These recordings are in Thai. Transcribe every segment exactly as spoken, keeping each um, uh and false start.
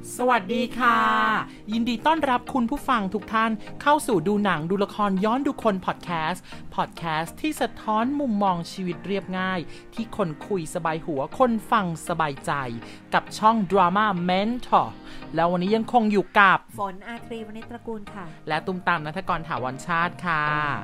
สวัสดีค่ะยินดีต้อนรับคุณผู้ฟังทุกท่านเข้าสู่ดูหนังดูละครย้อนดูคนพอดแคสต์พอดแคสต์ที่สะท้อนมุมมองชีวิตเรียบง่ายที่คนคุยสบายหัวคนฟังสบายใจกับช่อง Drama Mentor แล้ววันนี้ยังคงอยู่กับฝนอาทรีวณิชตระกูลค่ะและตุ้มตามณัฐกรถาวรชาติค่ะ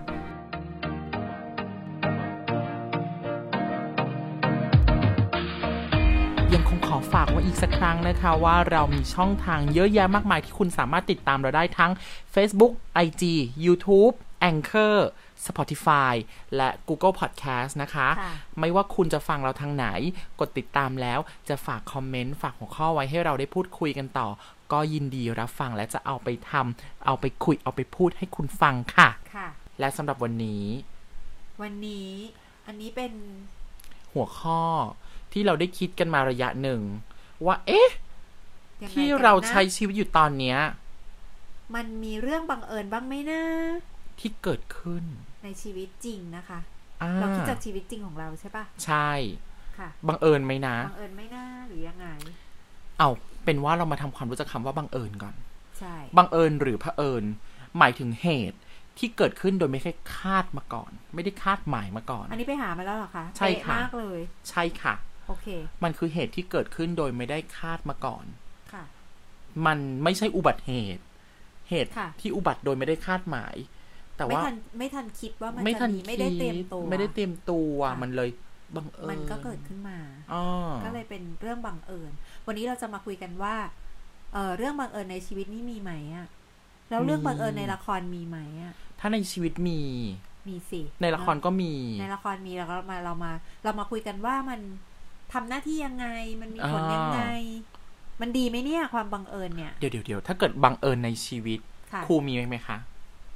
ยังคงขอฝากไว้อีกสักครั้งนะคะว่าเรามีช่องทางเยอะแยะมากมายที่คุณสามารถติดตามเราได้ทั้ง Facebook ไอ จี YouTube Anchor Spotify และ Google Podcast นะคะไม่ว่าคุณจะฟังเราทางไหนกดติดตามแล้วจะฝากคอมเมนต์ฝากหัวข้อไว้ให้เราได้พูดคุยกันต่อก็ยินดีรับฟังและจะเอาไปทำเอาไปคุยเอาไปพูดให้คุณฟังค่ะค่ะและสำหรับวันนี้วันนี้อันนี้เป็นหัวข้อที่เราได้คิดกันมาระยะหนึ่งว่าเอ๊ะที่เราใช้ชีวิตอยู่ตอนเนี้ยมันมีเรื่องบังเอิญบ้างไหมนะที่เกิดขึ้นในชีวิตจริงนะคะเราคิดจากชีวิตจริงของเราใช่ปะใช่ค่ะบังเอิญไหมนะบังเอิญไหมนะหรือยังไงเอาเป็นว่าเรามาทำความรู้จักคำว่าบังเอิญก่อนใช่บังเอิญหรือเผอิญหมายถึงเหตุที่เกิดขึ้นโดยไม่ได้คาดมาก่อนไม่ได้คาดหมายมาก่อนอันนี้ไปหามาแล้วเหรอคะใช่ค่ะมากเลยใช่ค่ะโอเคมันคือเหตุที่เกิดขึ้นโดยไม่ได้คาดมาก่อนค่ะมันไม่ใช่อุบัติเหตุเหตุที่อุบัติโดยไม่ได้คาดหมายแต่ว่าไม่ทันไม่ทันคิดว่ามันจะมีไม่ได้เตรียมตัวไม่ได้เตรียมตัวมันเลยบังเอิญมันก็เกิดขึ้นมาก็เลยเป็นเรื่องบังเอิญวันนี้เราจะมาคุยกันว่าเออเรื่องบังเอิญในชีวิตนี่มีไหมอะแล้วเรื่องบังเอิญในละครมีไหมอะถ้าในชีวิตมีมีสิในละครก็มีในละครมีแล้วก็มาเรามาเรามาคุยกันว่ามันทำหน้าที่ยังไงมันมีผลยังไงมันดีไหมเนี่ยความบังเอิญเนี่ยเดี๋ยวเดี๋ยวเดี๋ยวถ้าเกิดบังเอิญในชีวิตครูมีไหมคะ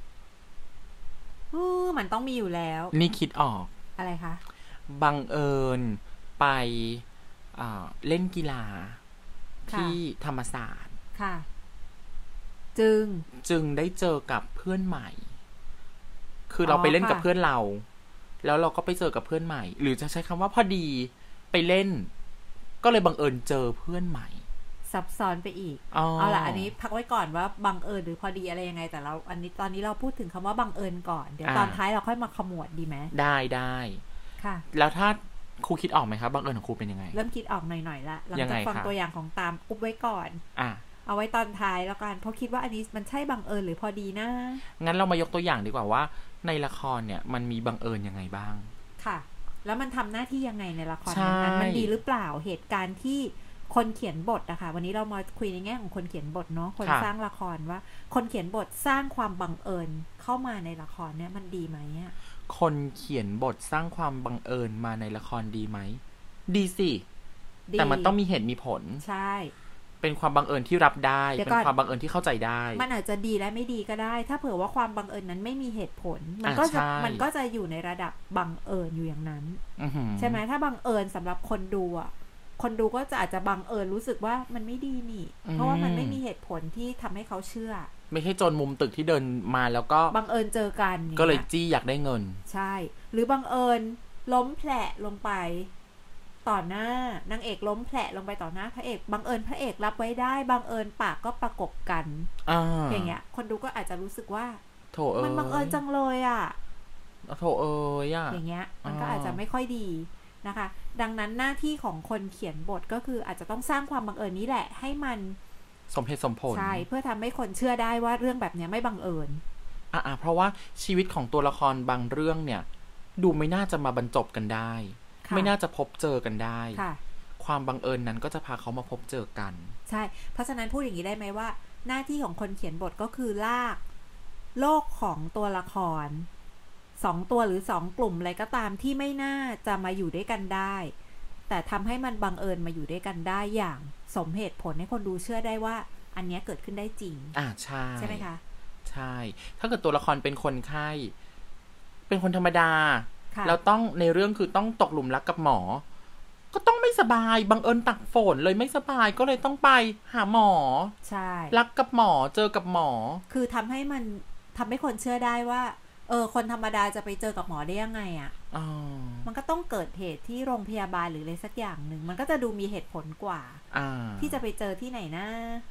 อือมันต้องมีอยู่แล้วนี่คิดออกอะไรคะบังเอิญไปเล่นกีฬาที่ธรรมศาสตร์ค่ะจึงจึงได้เจอกับเพื่อนใหม่คือเราไปเล่นกับเพื่อนเราแล้วเราก็ไปเจอกับเพื่อนใหม่หรือจะใช้คำว่าพอดีไปเล่นก็เลยบังเอิญเจอเพื่อนใหม่ซับซ้อนไปอีกเอาล่ะอันนี้พักไว้ก่อนว่าบังเอิญหรือพอดีอะไรยังไงแต่เราอันนี้ตอนนี้เราพูดถึงคำว่าบังเอิญก่อนเดี๋ยวตอนท้ายเราค่อยมาขมวดดีไหมได้ได้ค่ะแล้วถ้าครูคิดออกไหมครับบังเอิญของครูเป็นยังไงเริ่มคิดออกหน่อยๆละหลังจากฟังตัวอย่างของตามอุบไว้ก่อนอ่ะเอาไว้ตอนท้ายแล้วกันเพราะคิดว่าอันนี้มันใช่บังเอิญหรือพอดีนะงั้นเรามายกตัวอย่างดีกว่าว่าในละครเนี่ยมันมีบังเอิญยังไงบ้างค่ะแล้วมันทำหน้าที่ยังไงในละครนั้นมันดีหรือเปล่าเหตุการณ์ที่คนเขียนบทอะค่ะวันนี้เรามาคุยในแง่ของคนเขียนบทเนาะคนสร้างละครว่าคนเขียนบทสร้างความบังเอิญเข้ามาในละครเนี่ยมันดีไหมอะคนเขียนบทสร้างความบังเอิญมาในละครดีไหมดีสิแต่มันต้องมีเหตุมีผลใช่เป็นความบังเอิญที่รับได้เป็นความบังเอิญที่เข้าใจได้มันอาจจะดีและไม่ดีก็ได้ถ้าเผื่อว่าความบังเอิญนั้นไม่มีเหตุผลมันก็จะมันก็จะอยู่ในระดับบังเอิญอยู่อย่างนั้นใช่ไหมถ้าบังเอิญสำหรับคนดูอ่ะคนดูก็จะอาจจะบังเอิญรู้สึกว่ามันไม่ดีนี่เพราะว่ามันไม่มีเหตุผลที่ทำให้เขาเชื่อไม่ใช่โจรมุมตึกที่เดินมาแล้วก็บังเอิญเจอกันก็เลยจี้อยากได้เงินใช่หรือบังเอิญล้มแผลลงไปต่อหน้านางเอกล้มแผลลงไปต่อหน้าพระเอกบังเอิญพระเอกรับไว้ได้บังเอิญปากก็ประกบกันอย่างเงี้ยคนดูก็อาจจะรู้สึกว่าโถเอ้ยมันบังเอิญจังเลยอ่ะโถเอ้ยอ่ะอย่างเงี้ยมันก็อาจจะไม่ค่อยดีนะคะดังนั้นหน้าที่ของคนเขียนบทก็คืออาจจะต้องสร้างความบังเอิญนี้แหละให้มันสมเหตุสมผลใช่เพื่อทำให้คนเชื่อได้ว่าเรื่องแบบนี้ไม่บังเอิญอ่ะเพราะว่าชีวิตของตัวละครบางเรื่องเนี่ยดูไม่น่าจะมาบรรจบกันได้ไม่น่าจะพบเจอกันได้ความบังเอิญนั้นก็จะพาเขามาพบเจอกันใช่เพราะฉะนั้นพูดอย่างนี้ได้ไหมว่าหน้าที่ของคนเขียนบทก็คือลากโลกของตัวละครสองตัวหรือสองกลุ่มอะไรก็ตามที่ไม่น่าจะมาอยู่ด้วยกันได้แต่ทำให้มันบังเอิญมาอยู่ด้วยกันได้อย่างสมเหตุผลให้คนดูเชื่อได้ว่าอันนี้เกิดขึ้นได้จริงอ่าใช่ใช่ไหมคะใช่ถ้าเกิดตัวละครเป็นคนไข้เป็นคนธรรมดาแล้วต้องในเรื่องคือต้องตกหลุมรักกับหมอก็ต้องไม่สบายบังเอิญตักฝนเลยไม่สบายก็เลยต้องไปหาหมอใช่รักกับหมอเจอกับหมอคือทำให้มันทำให้คนเชื่อได้ว่าเออคนธรรมดาจะไปเจอกับหมอได้ยังไงอ่ะมันก็ต้องเกิดเหตุที่โรงพยาบาลหรืออะไรสักอย่างหนึ่งมันก็จะดูมีเหตุผลกว่าที่จะไปเจอที่ไหนนะ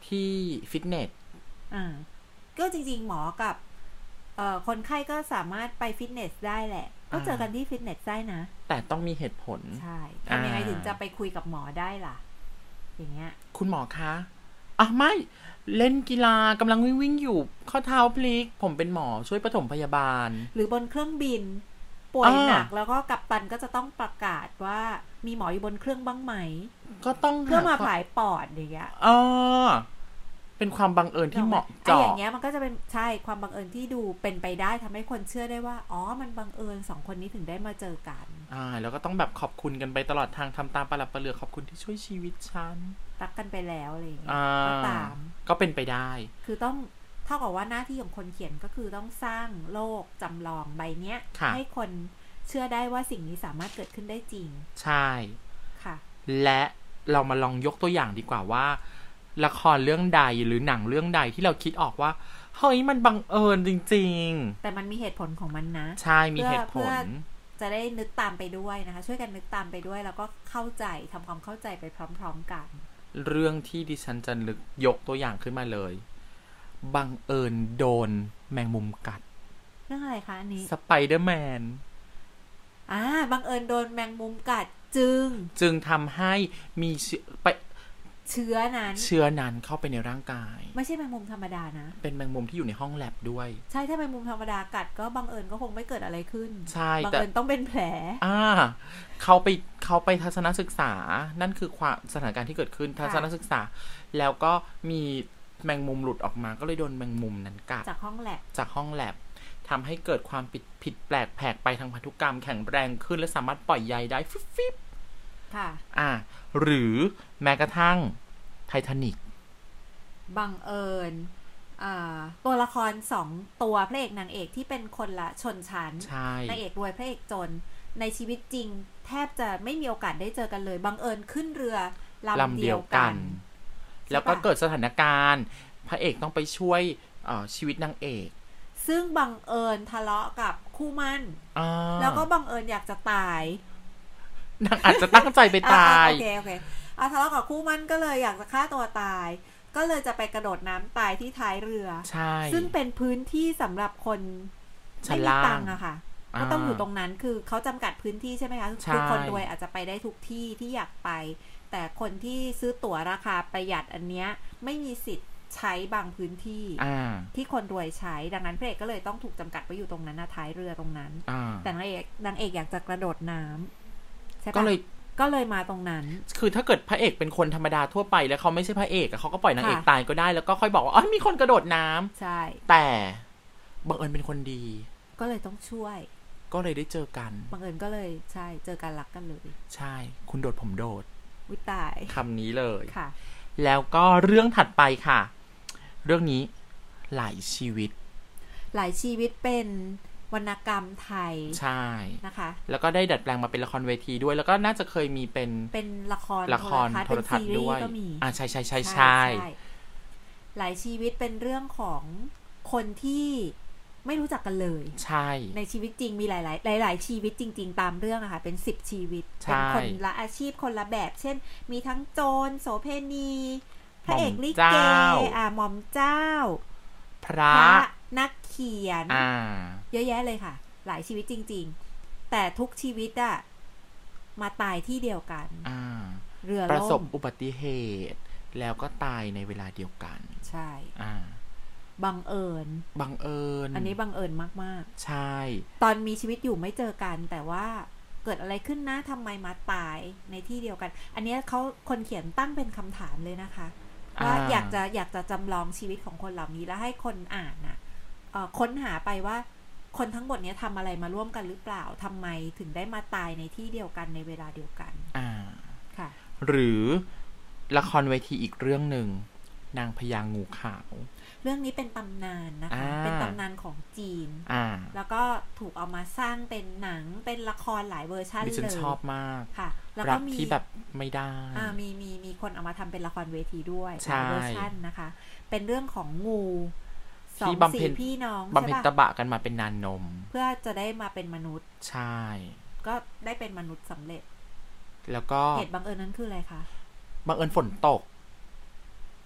ที่ฟิตเนสอ่าก็จริงๆหมอกับเอ่อคนไข้ก็สามารถไปฟิตเนสได้แหละก็เจอกันที่ฟิตเนสได้นะแต่ต้องมีเหตุผลใช่ทำยังไงถึงจะไปคุยกับหมอได้ล่ะอย่างเงี้ยคุณหมอคะอ่ะไม่เล่นกีฬากำลังวิ่งวิ่งอยู่ข้อเท้าพลิกผมเป็นหมอช่วยปฐมพยาบาลหรือบนเครื่องบินป่วยหนักแล้วก็กัปตันก็จะต้องประกาศว่ามีหมออยู่บนเครื่องบ้างไหมก็ต้องเพื่อมาผายปอดอย่างเงี้ยอ๋อเป็นความบังเอิญที่เหมาะเจาะอย่างเงี้ยมันก็จะเป็นใช่ความบังเอิญที่ดูเป็นไปได้ทำให้คนเชื่อได้ว่าอ๋อมันบังเอิญสองคนนี้ถึงได้มาเจอกันอ่าแล้วก็ต้องแบบขอบคุณกันไปตลอดทางทำตามปลับปะเลือขอบคุณที่ช่วยชีวิตฉันรักกันไปแล้วอะไรอย่างเงี้ยก็ตามก็เป็นไปได้คือต้องเท่ากับว่าหน้าที่ของคนเขียนก็คือต้องสร้างโลกจำลองใบเนี้ยให้คนเชื่อได้ว่าสิ่งนี้สามารถเกิดขึ้นได้จริงใช่ค่ะและเรามาลองยกตัวอย่างดีกว่าว่าละครเรื่องใดหรือหนังเรื่องใดที่เราคิดออกว่าเฮ้ยมันบังเอิญจริงๆแต่มันมีเหตุผลของมันนะใช่มีเหตุผลจะได้นึกตามไปด้วยนะคะช่วยกันนึกตามไปด้วยแล้วก็เข้าใจทำความเข้าใจไปพร้อมๆกันเรื่องที่ดิฉันจะนึกยกตัวอย่างขึ้นมาเลยบังเอิญโดนแมงมุมกัดเรื่องอะไรคะอันนี้สไปเดอร์แมนอ่าบังเอิญโดนแมงมุมกัดจึงจึงทำให้มีไปเชื้อนั้นเชื้อนั้นเข้าไปในร่างกายไม่ใช่แมงมุมธรรมดานะเป็นแมงมุมที่อยู่ในห้องแลบด้วยใช่ถ้าแมงมุมธรรมดากัดก็บังเอิญก็คงไม่เกิดอะไรขึ้นใช่บังเอิญต้องเป็นแผลอ่าเขาไปเขาไปทัศนศึกษานั่นคือความสถานการณ์ที่เกิดขึ้นทัศนศึกษาแล้วก็มีแมงมุมหลุดออกมาก็เลยโดนแมงมุมนั้นกัดจากห้องแลบจากห้องแลบทำให้เกิดความผิดผิดแปลกแผกไปทางพันธุกรรมแข็งแรงขึ้นและสามารถปล่อยใยได้ฟิบๆค่ะอ่าหรือแม้กระทั่งไททานิคบังเอิญตัวละครสองตัวพระเอกนางเอกที่เป็นคนละชนชั้นนางเอกรวยพระเอกจนในชีวิตจริงแทบจะไม่มีโอกาสได้เจอกันเลยบังเอิญขึ้นเรือลำเดียวกันแล้วก็เกิดสถานการณ์พระเอกต้องไปช่วยชีวิตนางเอกซึ่งบังเอิญทะเลาะกับคู่มั่นแล้วก็บังเอิญอยากจะตายนางอาจจะตั้งใจไปตายโอเคโอเคอ่ะทะเลาะกับคู่มั่นก็เลยอยากจะฆ่าตัวตายก็เลยจะไปกระโดดน้ำตายที่ท้ายเรือใช่ซึ่งเป็นพื้นที่สำหรับคนไม่มีตังค์อะค่ะก็ต้องอยู่ตรงนั้นคือเขาจำกัดพื้นที่ใช่ไหมคะคือคนรวยอาจจะไปได้ทุกที่ที่อยากไปแต่คนที่ซื้อตั๋วราคาประหยัดอันเนี้ยไม่มีสิทธิ์ใช้บางพื้นที่ที่คนรวยใช้ดังนั้นพระเอกก็เลยต้องถูกจำกัดไว้อยู่ตรงนั้นนะท้ายเรือตรงนั้นแต่นางเอกนางเอกอยากจะกระโดดน้ำใช่ปะก็เลยก็เลยมาตรงนั้นคือถ้าเกิดพระเอกเป็นคนธรรมดาทั่วไปแล้วเขาไม่ใช่พระเอกเขาก็ปล่อยนางเอกตายก็ได้แล้วก็ค่อยบอกว่าอ๋อมีคนกระโดดน้ำใช่แต่บังเอิญเป็นคนดีก็เลยต้องช่วยก็เลยได้เจอกันบังเอิญก็เลยใช่เจอกันรักกันเลยใช่คุณโดดผมโดดวิตายคำนี้เลยค่ะแล้วก็เรื่องถัดไปค่ะเรื่องนี้หลายชีวิตหลายชีวิตเป็นวรรณกรรมไทยใช่นะคะแล้วก็ได้ดัดแปลงมาเป็นละครเวทีด้วยแล้วก็น่าจะเคยมีเป็นเป็นละครละครโทรทัศน์ด้วยอ่าใช่ใช่ใช่ใช่หลายชีวิตเป็นเรื่องของคนที่ไม่รู้จักกันเลยใช่ในชีวิตจริงมีหลายๆหลายๆชีวิตจริงๆตามเรื่องอะค่ะเป็นสิบชีวิตเป็นคนละอาชีพคนละแบบเช่นมีทั้งโจรโสเภณีพระเอกลิเกอ่าหม่อมเจ้าพระนักเขียนเยอะแยะเลยค่ะหลายชีวิตจริงๆแต่ทุกชีวิตอะมาตายที่เดียวกันเรือล่มประสบอุบัติเหตุแล้วก็ตายในเวลาเดียวกันใช่บังเอิญบังเอิญอันนี้บังเอิญมากๆใช่ตอนมีชีวิตอยู่ไม่เจอกันแต่ว่าเกิดอะไรขึ้นนะทำไมมาตายในที่เดียวกันอันนี้เขาคนเขียนตั้งเป็นคำถามเลยนะคะว่าอยากจะอยากจะจำลองชีวิตของคนเหล่านี้แล้วให้คนอ่านน่ะค้นหาไปว่าคนทั้งหมดนี้ทำอะไรมาร่วมกันหรือเปล่าทำไมถึงได้มาตายในที่เดียวกันในเวลาเดียวกันอ่าค่ะหรือละครเวทีอีกเรื่องหนึ่งนางพญางูขาวเรื่องนี้เป็นตำนานนะคะเป็นตำนานของจีนแล้วก็ถูกเอามาสร้างเป็นหนังเป็นละครหลายเวอร์ชันเลยดิฉันชอบมากค่ะแล้วก็มีที่แบบไม่ได้อ่ามีมีมีคนเอามาทำเป็นละครเวทีด้วยหลายเวอร์ชันนะคะเป็นเรื่องของงูสองสี่พี่น้องบำเพ็ญตบะกันมาเป็นนานนมเพื่อจะได้มาเป็นมนุษย์ใช่ก็ได้เป็นมนุษย์สำเร็จแล้วก็เหตุบังเอิญนั้นคืออะไรคะบังเอิญฝนตก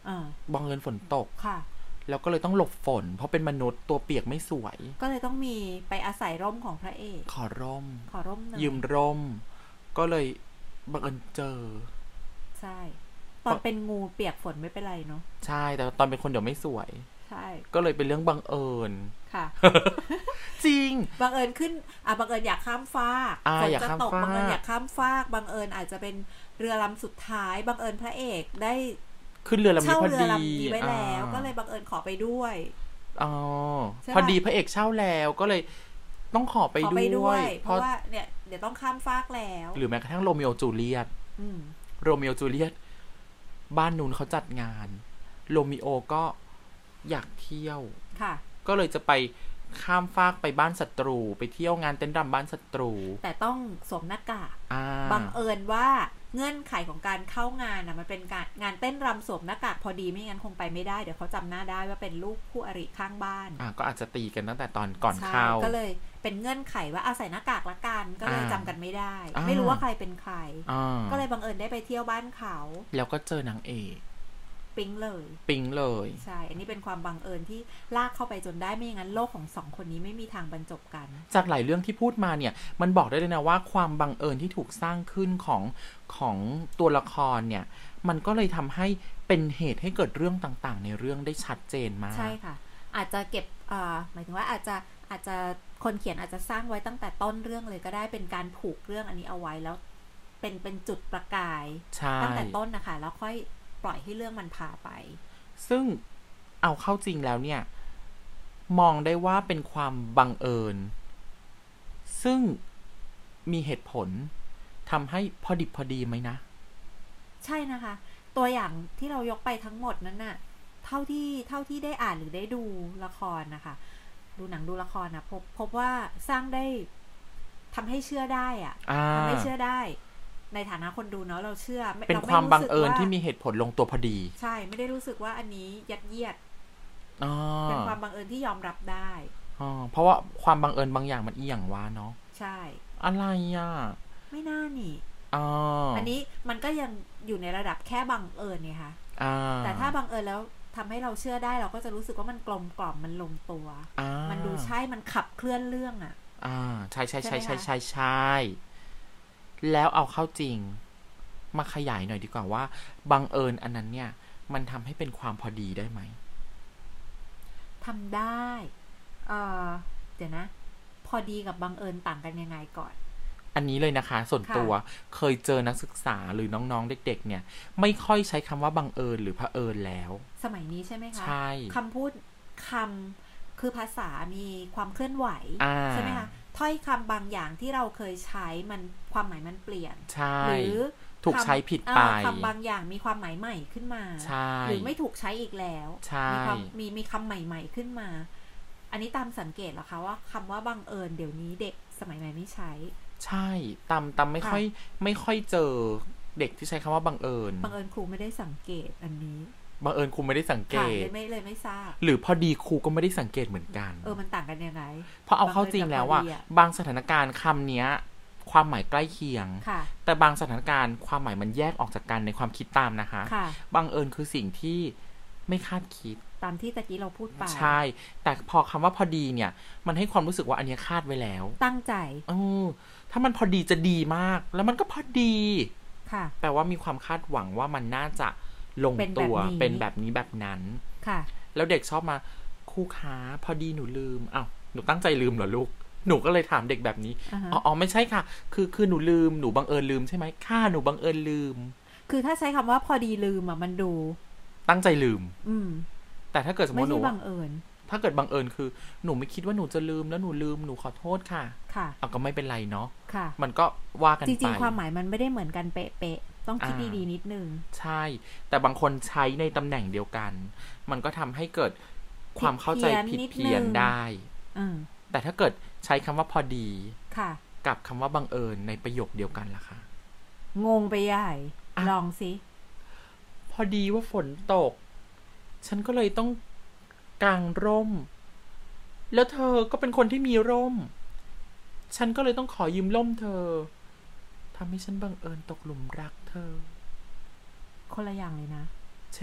อ่าบังเอิญฝนตกค่ะแล้วก็เลยต้องหลบฝนเพราะเป็นมนุษย์ตัวเปียกไม่สวยก็เลยต้องมีไปอาศัยร่มของพระเอกขอร่มขอร่มหน่อยยืมร่มก็เลยบังเอิญเจอใช่ตอนเป็นงูเปียกฝนไม่เป็นไรเนาะใช่แต่ตอนเป็นคนเดี๋ยวไม่สวยใช่ก็เลยเป็นเรื่องบังเอิญค่ะจริงบังเอิญขึ้นอ่ะบังเอิญอยากข้ามฟากฝนจะตกบังเอิญอยากข้ามฟากบังเอิญอาจจะเป็นเรือลำสุดท้ายบังเอิญพระเอกได้ขึ้นเรือลำนี้พอดีเช่าเรือลำนี้ไว้แล้วก็เลยบังเอิญขอไปด้วยอ๋อพอดีพระเอกเช่าแล้วก็เลยต้องขอไปด้วยเพราะว่าเนี่ยเดี๋ยวต้องข้ามฟากแล้วหรือแม้กระทั่งโรมิโอจูเลียตโรมิโอจูเลียตบ้านนู้นเขาจัดงานโรมิโอก็อยากเที่ยวค่ะก็เลยจะไปข้ามฟากไปบ้านศัตรูไปเที่ยวงานเต้นรำบ้านศัตรูแต่ต้องสวมหน้ากากบังเอิญว่าเงื่อนไขของการเข้างานนะมันเป็นการงานเต้นรำสวมหน้ากากพอดีไม่งั้นคงไปไม่ได้เดี๋ยวเขาจำหน้าได้ว่าเป็นลูกคู่อริข้างบ้านอ่าก็อาจจะตีกันตั้งแต่ตอนก่อนเข้าก็เลยเป็นเงื่อนไขว่าอาศัยหน้ากากละกันก็เลยจำกันไม่ได้ไม่รู้ว่าใครเป็นใครก็เลยบังเอิญได้ไปเที่ยวบ้านเขาแล้วก็เจอนางเอกปิ๊งเลยปิ๊งเลยใช่อันนี้เป็นความบังเอิญที่ลากเข้าไปจนได้ไม่อย่างนั้นโลกของสองคนนี้ไม่มีทางบรรจบกันจากหลายเรื่องที่พูดมาเนี่ยมันบอกได้เลยนะว่าความบังเอิญที่ถูกสร้างขึ้นของของตัวละครเนี่ยมันก็เลยทำให้เป็นเหตุให้เกิดเรื่องต่างๆในเรื่องได้ชัดเจนมากใช่ค่ะอาจจะเก็บอ่าหมายถึงว่าอาจจะอาจจะคนเขียนอาจจะสร้างไว้ตั้งแต่ต้นเรื่องเลยก็ได้เป็นการผูกเรื่องอันนี้เอาไว้แล้วเป็นเป็นจุดประกายตั้งแต่ต้นนะคะแล้วค่อยปล่อยให้เรื่องมันพาไปซึ่งเอาเข้าจริงแล้วเนี่ยมองได้ว่าเป็นความบังเอิญซึ่งมีเหตุผลทำให้พอดิบพอดีไหมนะใช่นะคะตัวอย่างที่เรายกไปทั้งหมดนั้นน่ะเท่าที่เท่าที่ได้อ่านหรือได้ดูละครนะคะดูหนังดูละครนะพบพบว่าสร้างได้ทำให้เชื่อได้อะทำให้เชื่อได้ในฐานะคนดูเนาะเราเชื่อเป็นความบังเอิญที่มีเหตุผลลงตัวพอดีใช่ไม่ได้รู้สึกว่าอันนี้ยัดเยียดเป็นความบังเอิญที่ยอมรับได้เพราะว่าความบังเอิญบางอย่างมันอีหยังวะเนาะใช่อะไรอ่ะไม่น่านี่อันนี้มันก็ยังอยู่ในระดับแค่บังเอิญไงคะแต่ถ้าบังเอิญแล้วทำให้เราเชื่อได้เราก็จะรู้สึกว่ามันกลมกล่อมมันลงตัวมันดูใช่มันขับเคลื่อนเรื่องอ่ะอ่าใช่ใช่ใช่ใช่ใช่ใช่แล้วเอาเข้าจริงมาขยายหน่อยดีกว่าว่าบังเอิญอันนั้นเนี่ยมันทำให้เป็นความพอดีได้ไหมทำได้เอ่อเดี๋ยวนะพอดีกับบังเอิญต่างกันยังไงก่อนอันนี้เลยนะคะส่วนตัวเคยเจอนักศึกษาหรือน้องๆเด็กๆเนี่ยไม่ค่อยใช้คำว่าบังเอิญหรือเผอิญแล้วสมัยนี้ใช่ไหมคะใช่คำพูดคำคือภาษามีความเคลื่อนไหวใช่ไหมคะถ้อยคำบางอย่างที่เราเคยใช้มันความหมายมันเปลี่ยนหรือถูกใช้ผิดไปคำบางอย่างมีความหมายใหม่ขึ้นมาหรือไม่ถูกใช้อีกแล้วมีความมีมีคำใหม่ๆขึ้นมาอันนี้ตามสังเกตเหรอคะว่าคำว่าบังเอิญเดี๋ยวนี้เด็กสมัยใหม่ไม่ใช้ใช่ตามตามไม่ค่อยไม่ค่อยเจอเด็กที่ใช้คำว่าบังเอิญบังเอิญครูไม่ได้สังเกตอันนี้บังเอิญครูไม่ได้สังเกตเลยไม่เลยไม่ทราบหรือพอดีครูก็ไม่ได้สังเกตเหมือนกันเออมันต่างกันยังไงเพราะเอาเข้าจริงแล้วว่าบางสถานการณ์คำนี้ความหมายใกล้เคียงแต่บางสถานการณ์ความหมายมันแยกออกจากกันในความคิดตามนะคะบังเอิญคือสิ่งที่ไม่คาดคิดตามที่ตะกี้เราพูดไปใช่แต่พอคำว่าพอดีเนี่ยมันให้ความรู้สึกว่าอันนี้คาดไว้แล้วตั้งใจเออถ้ามันพอดีจะดีมากแล้วมันก็พอดีค่ะแปลว่ามีความคาดหวังว่ามันน่าจะลงตัวเป็นแบบนี้แบบนั้นค่ะแล้วเด็กชอบมาครูคะพอดีหนูลืมอ้าวหนูตั้งใจลืมเหรอลูกหนูก็เลยถามเด็กแบบนี้ uh-huh. อ๋อไม่ใช่ค่ะคือคือหนูลืมหนูบังเอิญลืมใช่ไหมค่ะหนูบังเอิญลืมคือถ้าใช้คำว่าพอดีลืมอ่ะมันดูตั้งใจลืมอืมแต่ถ้าเกิดสมมติหนูไม่ใช่บังเอิญถ้าเกิดบังเอิญคือหนูไม่คิดว่าหนูจะลืมแล้วหนูลืมหนูขอโทษค่ะค่ะเอาก็ไม่เป็นไรเนาะค่ะมันก็ว่ากันไปจริงๆความหมายมันไม่ได้เหมือนกันเป๊ะๆต้องคิดดีๆนิดนึงใช่แต่บางคนใช้ในตำแหน่งเดียวกันมันก็ทำให้เกิดความเข้าใจผิดเพี้ยนได้แต่ถ้าเกิดใช้คำว่าพอดีค่ะกับคำว่าบังเอิญในประโยคเดียวกันล่ะคะงงไปใหญ่ลองสิพอดีว่าฝนตกฉันก็เลยต้องกางร่มแล้วเธอก็เป็นคนที่มีร่มฉันก็เลยต้องขอยืมร่มเธอทำให้ฉันบังเอิญตกหลุมรักเธอคนละอย่างเลยนะใช่ไหม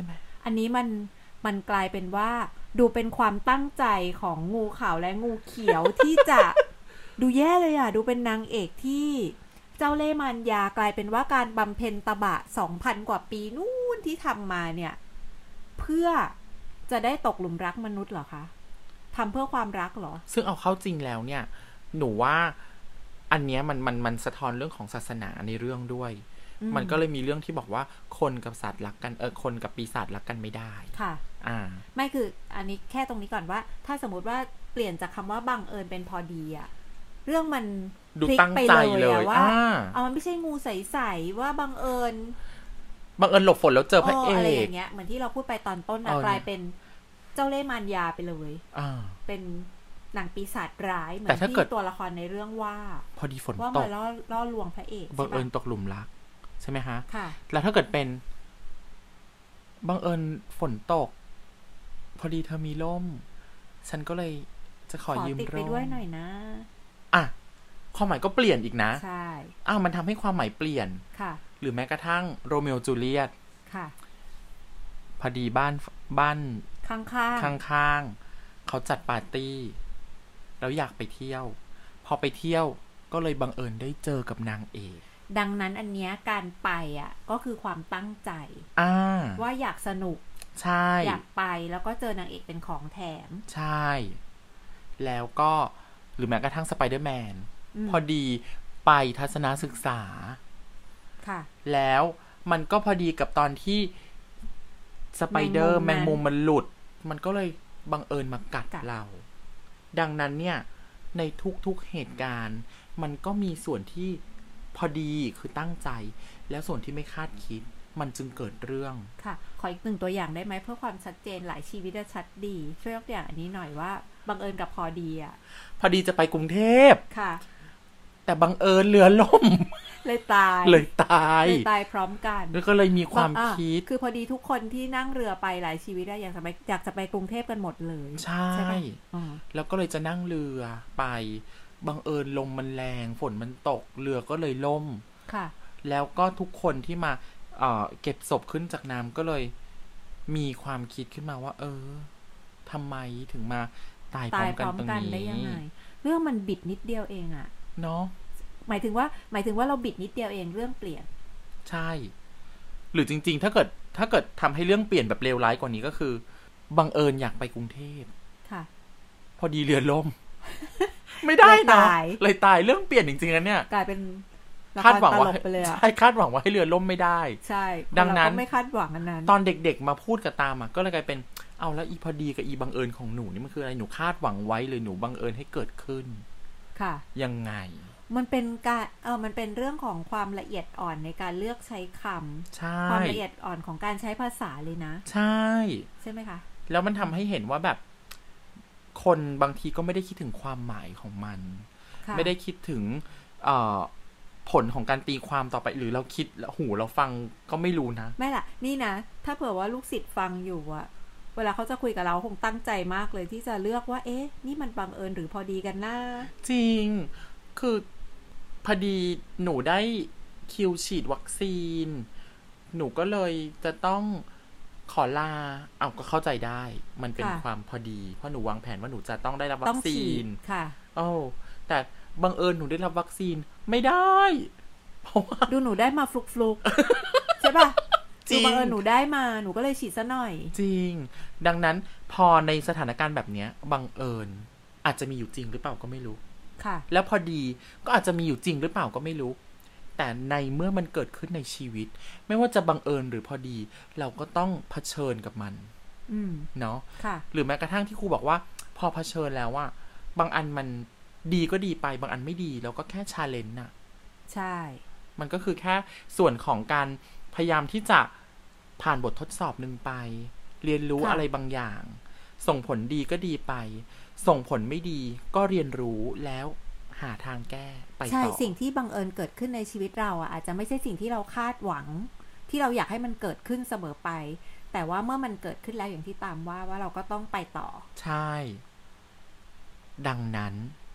อันนี้มันมันกลายเป็นว่าดูเป็นความตั้งใจของงูขาวและงูเขียว ที่จะดูแย่เลยอ่ะดูเป็นนางเอกที่เจ้าเล่ห์มารยากลายเป็นว่าการบำเพ็ญตบะ สองพัน กว่าปีนู่นที่ทำมาเนี่ยเพื่อจะได้ตกหลุมรักมนุษย์เหรอคะทำเพื่อความรักเหรอซึ่งเอาเข้าจริงแล้วเนี่ยหนูว่าอันเนี้ยมันมันมันสะท้อนเรื่องของศาสนาในเรื่องด้วยมันก็เลยมีเรื่องที่บอกว่าคนกับสัตว์รักกันเออคนกับปีศาจรักกันไม่ได้ค่ะอ่าไม่คืออันนี้แค่ตรงนี้ก่อนว่าถ้าสมมติว่าเปลี่ยนจากคำว่าบังเอิญเป็นพอดีอะเรื่องมันดูตั้งใจเลยว่าเอามันไม่ใช่งูใสๆว่าบังเอิญบังเอิญหลบฝนแล้วเจอพระเอกอะไรอย่างเงี้ยเหมือนที่เราพูดไปตอนต้นนะกลายเป็นเจ้าเล่ห์มารยาไปเลยเป็นหนังปีศาจร้ายเหมือนที่ตัวละครในเรื่องว่าพอดีฝนตกว่ามาล่อล่อลวงพระเอกบังเอิญตกหลุมรักใช่ไหมฮะค่ะแล้วถ้าเกิดเป็นบังเอิญฝนตกพอดีเธอมีร่มฉันก็เลยจะขอยืมร่มขอติดไปด้วยหน่อยนะอ่ะความหมายก็เปลี่ยนอีกนะใช่อ้าวมันทำให้ความหมายเปลี่ยนค่ะหรือแม้กระทั่งโรเมโอจูเลียตค่ะพอดีบ้านบ้านข้างๆข้างๆเขาจัดปาร์ตี้แล้วอยากไปเที่ยวพอไปเที่ยวก็เลยบังเอิญได้เจอกับนางเอกดังนั้นอันเนี้ยการไปอ่ะก็คือความตั้งใจว่าอยากสนุกใช่อยากไปแล้วก็เจอนางเอกเป็นของแถมใช่แล้วก็หรือแม้กระทั่งสไปเดอร์แมนพอดีไปทัศนศึกษาค่ะแล้วมันก็พอดีกับตอนที่สไปเดอร์แมงมุมมันหลุดมันก็เลยบังเอิญมากัดเราดังนั้นเนี่ยในทุกๆเหตุการณ์มันก็มีส่วนที่พอดีคือตั้งใจแล้วส่วนที่ไม่คาดคิดมันจึงเกิดเรื่องค่ะขออีกหนึ่งตัวอย่างได้ไหมเพื่อความชัดเจนหลายชีวิตชัดดีช่วยยกตัวอย่างอันนี้หน่อยว่าบังเอิญกับพอดีอ่ะพอดีจะไปกรุงเทพค่ะแต่บังเอิญเรือล่มเลยตายเลยตายเลยตายพร้อมกันแล้วก็เลยมีความคิดคือพอดีทุกคนที่นั่งเรือไปหลายชีวิตได้อยากจะไปอยากจะไปกรุงเทพกันหมดเลยใช่ใช่แล้วก็เลยจะนั่งเรือไปบังเอิญลมมันแรงฝนมันตกเรือก็เลยล่มค่ะแล้วก็ทุกคนที่มาเอ่อเก็บศพขึ้นจากน้ำก็เลยมีความคิดขึ้นมาว่าเออทำไมถึงมาตายพร้อมกันตรงนี้ได้ยังไงเรื่องมันบิดนิดเดียวเองอะเนาะหมายถึงว่าหมายถึงว่าเราบิดนิดเดียวเองเรื่องเปลี่ยนใช่หรือจริงๆถ้าเกิดถ้าเกิดทำให้เรื่องเปลี่ยนแบบเลวร้ายกว่านี้ก็คือบังเอิญอยากไปกรุงเทพค่ะพอดีเรือล่ม ไม่ได้นะเลยตายเรื่องเปลี่ยนจริงๆนะเนี่ยกลายเป็นคาดหวังว่าใช่คาดหวังว่าให้เรือล่มไม่ได้ใช่ดังนั้นไม่คาดหวังอันนั้นตอนเด็กๆมาพูดกับตามอ่ะก็เลยกลายเป็นเอาแล้วอีพอดีกับอีบังเอิญของหนูนี่มันคืออะไรหนูคาดหวังไว้เลยหนูบังเอิญให้เกิดขึ้นค่ะยังไงมันเป็นการเออมันเป็นเรื่องของความละเอียดอ่อนในการเลือกใช้คำใช่ความละเอียดอ่อนของการใช้ภาษาเลยนะใช่ใช่ไหมคะแล้วมันทำให้เห็นว่าแบบคนบางทีก็ไม่ได้คิดถึงความหมายของมันไม่ได้คิดถึงเอ่อผลของการตีความต่อไปหรือเราคิดแล้วหูเราฟังก็ไม่รู้นะไม่ล่ะนี่นะถ้าเผื่อว่าลูกศิษย์ฟังอยู่อะเวลาเขาจะคุยกับเราคงตั้งใจมากเลยที่จะเลือกว่าเอ๊ะนี่มันบังเอิญหรือพอดีกันนะจริงคือพอดีหนูได้คิวฉีดวัคซีนหนูก็เลยจะต้องขอลาเอาก็เข้าใจได้มันเป็นความพอดีเพราะหนูวางแผนว่าหนูจะต้องได้รับวัคซีนค่ะโอ้แต่บังเอิญหนูได้รับวัคซีนไม่ได้เพราะว่าดูหนูได้มาฟลุกๆใช่ป่ะจริงบังเอิญหนูได้มาหนูก็เลยฉีดซะหน่อยจริงดังนั้นพอในสถานการณ์แบบนี้บังเอิญอาจจะมีอยู่จริงหรือเปล่าก็ไม่รู้ค่ะแล้วพอดีก็อาจจะมีอยู่จริงหรือเปล่าก็ไม่รู้แต่ในเมื่อมันเกิดขึ้นในชีวิตไม่ว่าจะบังเอิญหรือพอดีเราก็ต้องเผชิญกับมันเนาะหรือแม้กระทั่งที่ครูบอกว่าพอเผชิญแล้วว่าบางอันมันดีก็ดีไปบางอันไม่ดีแล้วก็แค่ชาเลนจ์น่ะใช่มันก็คือแค่ส่วนของการพยายามที่จะผ่านบททดสอบนึงไปเรียนรู้อะไรบางอย่างส่งผลดีก็ดีไปส่งผลไม่ดีก็เรียนรู้แล้วหาทางแก้ไปต่อใช่สิ่งที่บังเอิญเกิดขึ้นในชีวิตเราอ่ะอาจจะไม่ใช่สิ่งที่เราคาดหวังที่เราอยากให้มันเกิดขึ้นเสมอไปแต่ว่าเมื่อมันเกิดขึ้นแล้วอย่างที่ตามว่าว่าเราก็ต้องไปต่อใช่ดังนั้น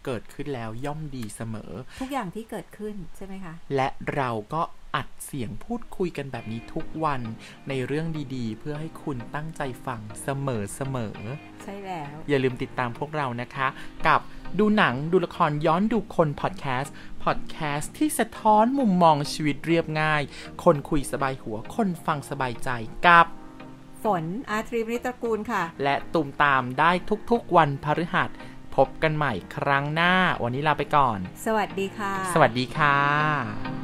เกิดขึ้นแล้วย่อมดีเสมอทุกอย่างที่เกิดขึ้นใช่ไหมคะและเราก็อัดเสียงพูดคุยกันแบบนี้ทุกวันในเรื่องดีๆเพื่อให้คุณตั้งใจฟังเสมอๆใช่แล้วอย่าลืมติดตามพวกเรานะคะกับดูหนังดูละครย้อนดูคนพอดแคสต์พอดแคสต์ที่สะท้อนมุมมองชีวิตเรียบง่ายคนคุยสบายหัวคนฟังสบายใจกับฝนอาทรีวณิชตระกูลค่ะและตุ่มตามได้ทุกๆวันพฤหัสพบกันใหม่ครั้งหน้าวันนี้ลาไปก่อนสวัสดีค่ะสวัสดีค่ะ